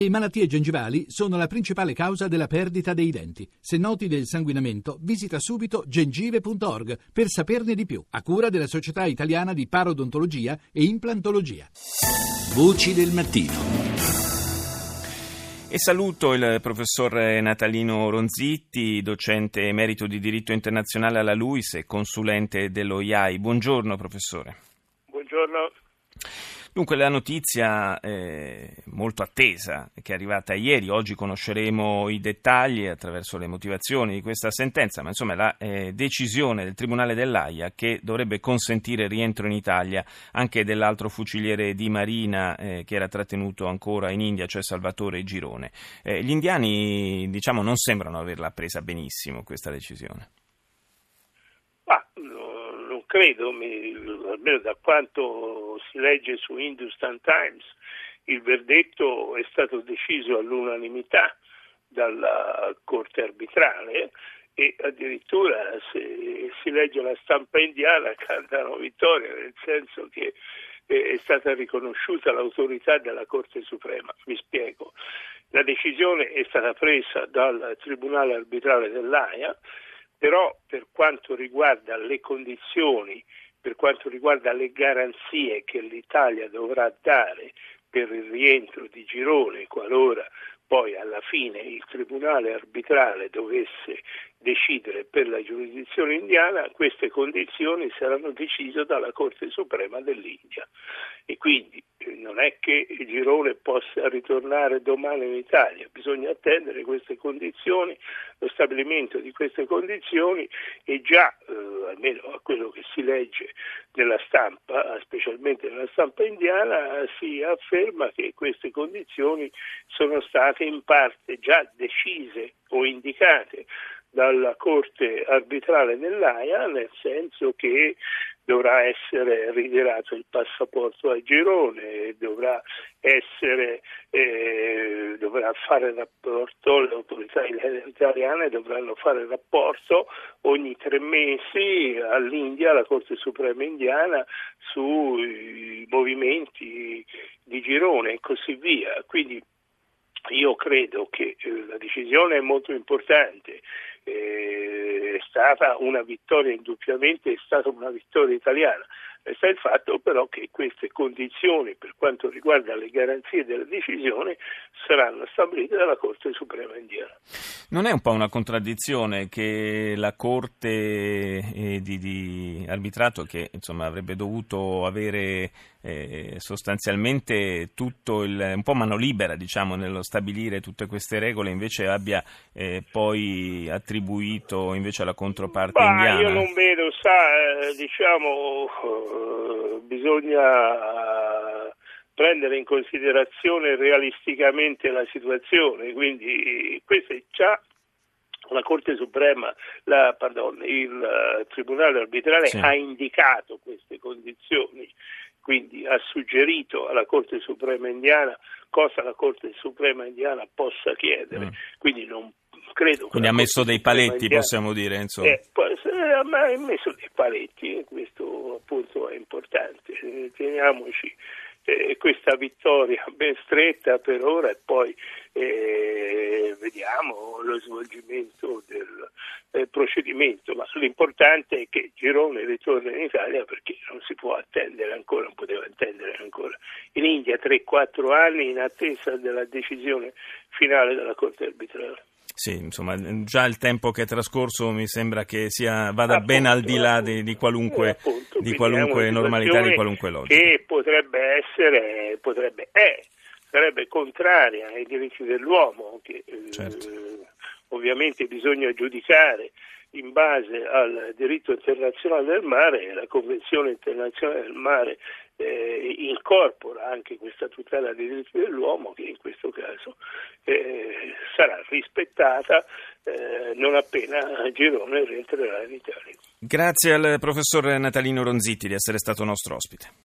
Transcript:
Le malattie gengivali sono la principale causa della perdita dei denti. Se noti del sanguinamento, visita subito gengive.org per saperne di più, a cura della Società Italiana di Parodontologia e Implantologia. Voci del mattino. E saluto il professor Natalino Ronzitti, docente emerito di diritto internazionale alla LUISS e consulente dell'OIAI. Buongiorno professore. Buongiorno. Dunque la notizia molto attesa che è arrivata ieri, oggi conosceremo i dettagli attraverso le motivazioni di questa sentenza, ma insomma la decisione del Tribunale dell'Aia che dovrebbe consentire il rientro in Italia anche dell'altro fuciliere di Marina che era trattenuto ancora in India, cioè Salvatore Girone. Gli indiani non sembrano averla presa benissimo questa decisione. Non credo, almeno da quanto si legge su Hindustan Times, il verdetto è stato deciso all'unanimità dalla Corte arbitrale e addirittura se si legge la stampa indiana cantano vittoria, nel senso che è stata riconosciuta l'autorità della Corte Suprema. Mi spiego. La decisione è stata presa dal Tribunale arbitrale dell'Aia, però per quanto riguarda le condizioni, per quanto riguarda le garanzie che l'Italia dovrà dare per il rientro di Girone, qualora poi alla fine il Tribunale arbitrale dovesse decidere per la giurisdizione indiana, queste condizioni saranno decise dalla Corte Suprema dell'India. E quindi non è che Girone possa ritornare domani in Italia, bisogna attendere queste condizioni, lo stabilimento di queste condizioni e già, almeno a quello che si legge nella stampa, specialmente nella stampa indiana, si afferma che queste condizioni sono state in parte già decise o indicate dalla Corte arbitrale dell'Aia, nel senso che dovrà essere ritirato il passaporto a Girone, dovrà fare rapporto, le autorità italiane dovranno fare rapporto ogni 3 mesi all'India, alla Corte Suprema indiana, sui movimenti di Girone e così via. Quindi io credo che la decisione è molto importante, è stata una vittoria, indubbiamente è stata una vittoria italiana. Resta il fatto però che queste condizioni per quanto riguarda le garanzie della decisione saranno stabilite dalla Corte Suprema indiana. Non è un po' una contraddizione che la Corte di arbitrato, che avrebbe dovuto avere sostanzialmente tutto un po' mano libera nello stabilire tutte queste regole, invece abbia poi attribuito invece alla controparte indiana? Io non vedo, bisogna prendere in considerazione realisticamente la situazione, quindi questa è già la Corte Suprema, il Tribunale arbitrale ha indicato queste condizioni, quindi ha suggerito alla Corte Suprema indiana cosa la Corte Suprema indiana possa chiedere, quindi non credo. Quindi ha messo dei paletti, possiamo dire, insomma. Ma ha messo dei paletti e questo appunto è importante. Teniamoci questa vittoria ben stretta per ora e poi vediamo lo svolgimento del procedimento, ma l'importante è che Girone ritorni in Italia, perché non si può attendere ancora, non poteva attendere ancora in India 3-4 anni in attesa della decisione finale della Corte arbitrale. Sì, già il tempo che è trascorso mi sembra che vada ben al di là di qualunque normalità, di qualunque logica. Che sarebbe contraria ai diritti dell'uomo, che ovviamente bisogna giudicare in base al diritto internazionale del mare, e la Convenzione internazionale del mare incorpora anche questa tutela dei diritti dell'uomo, che in questo caso sarà rispettata non appena Girone rientrerà in Italia. Grazie al professor Natalino Ronzitti di essere stato nostro ospite.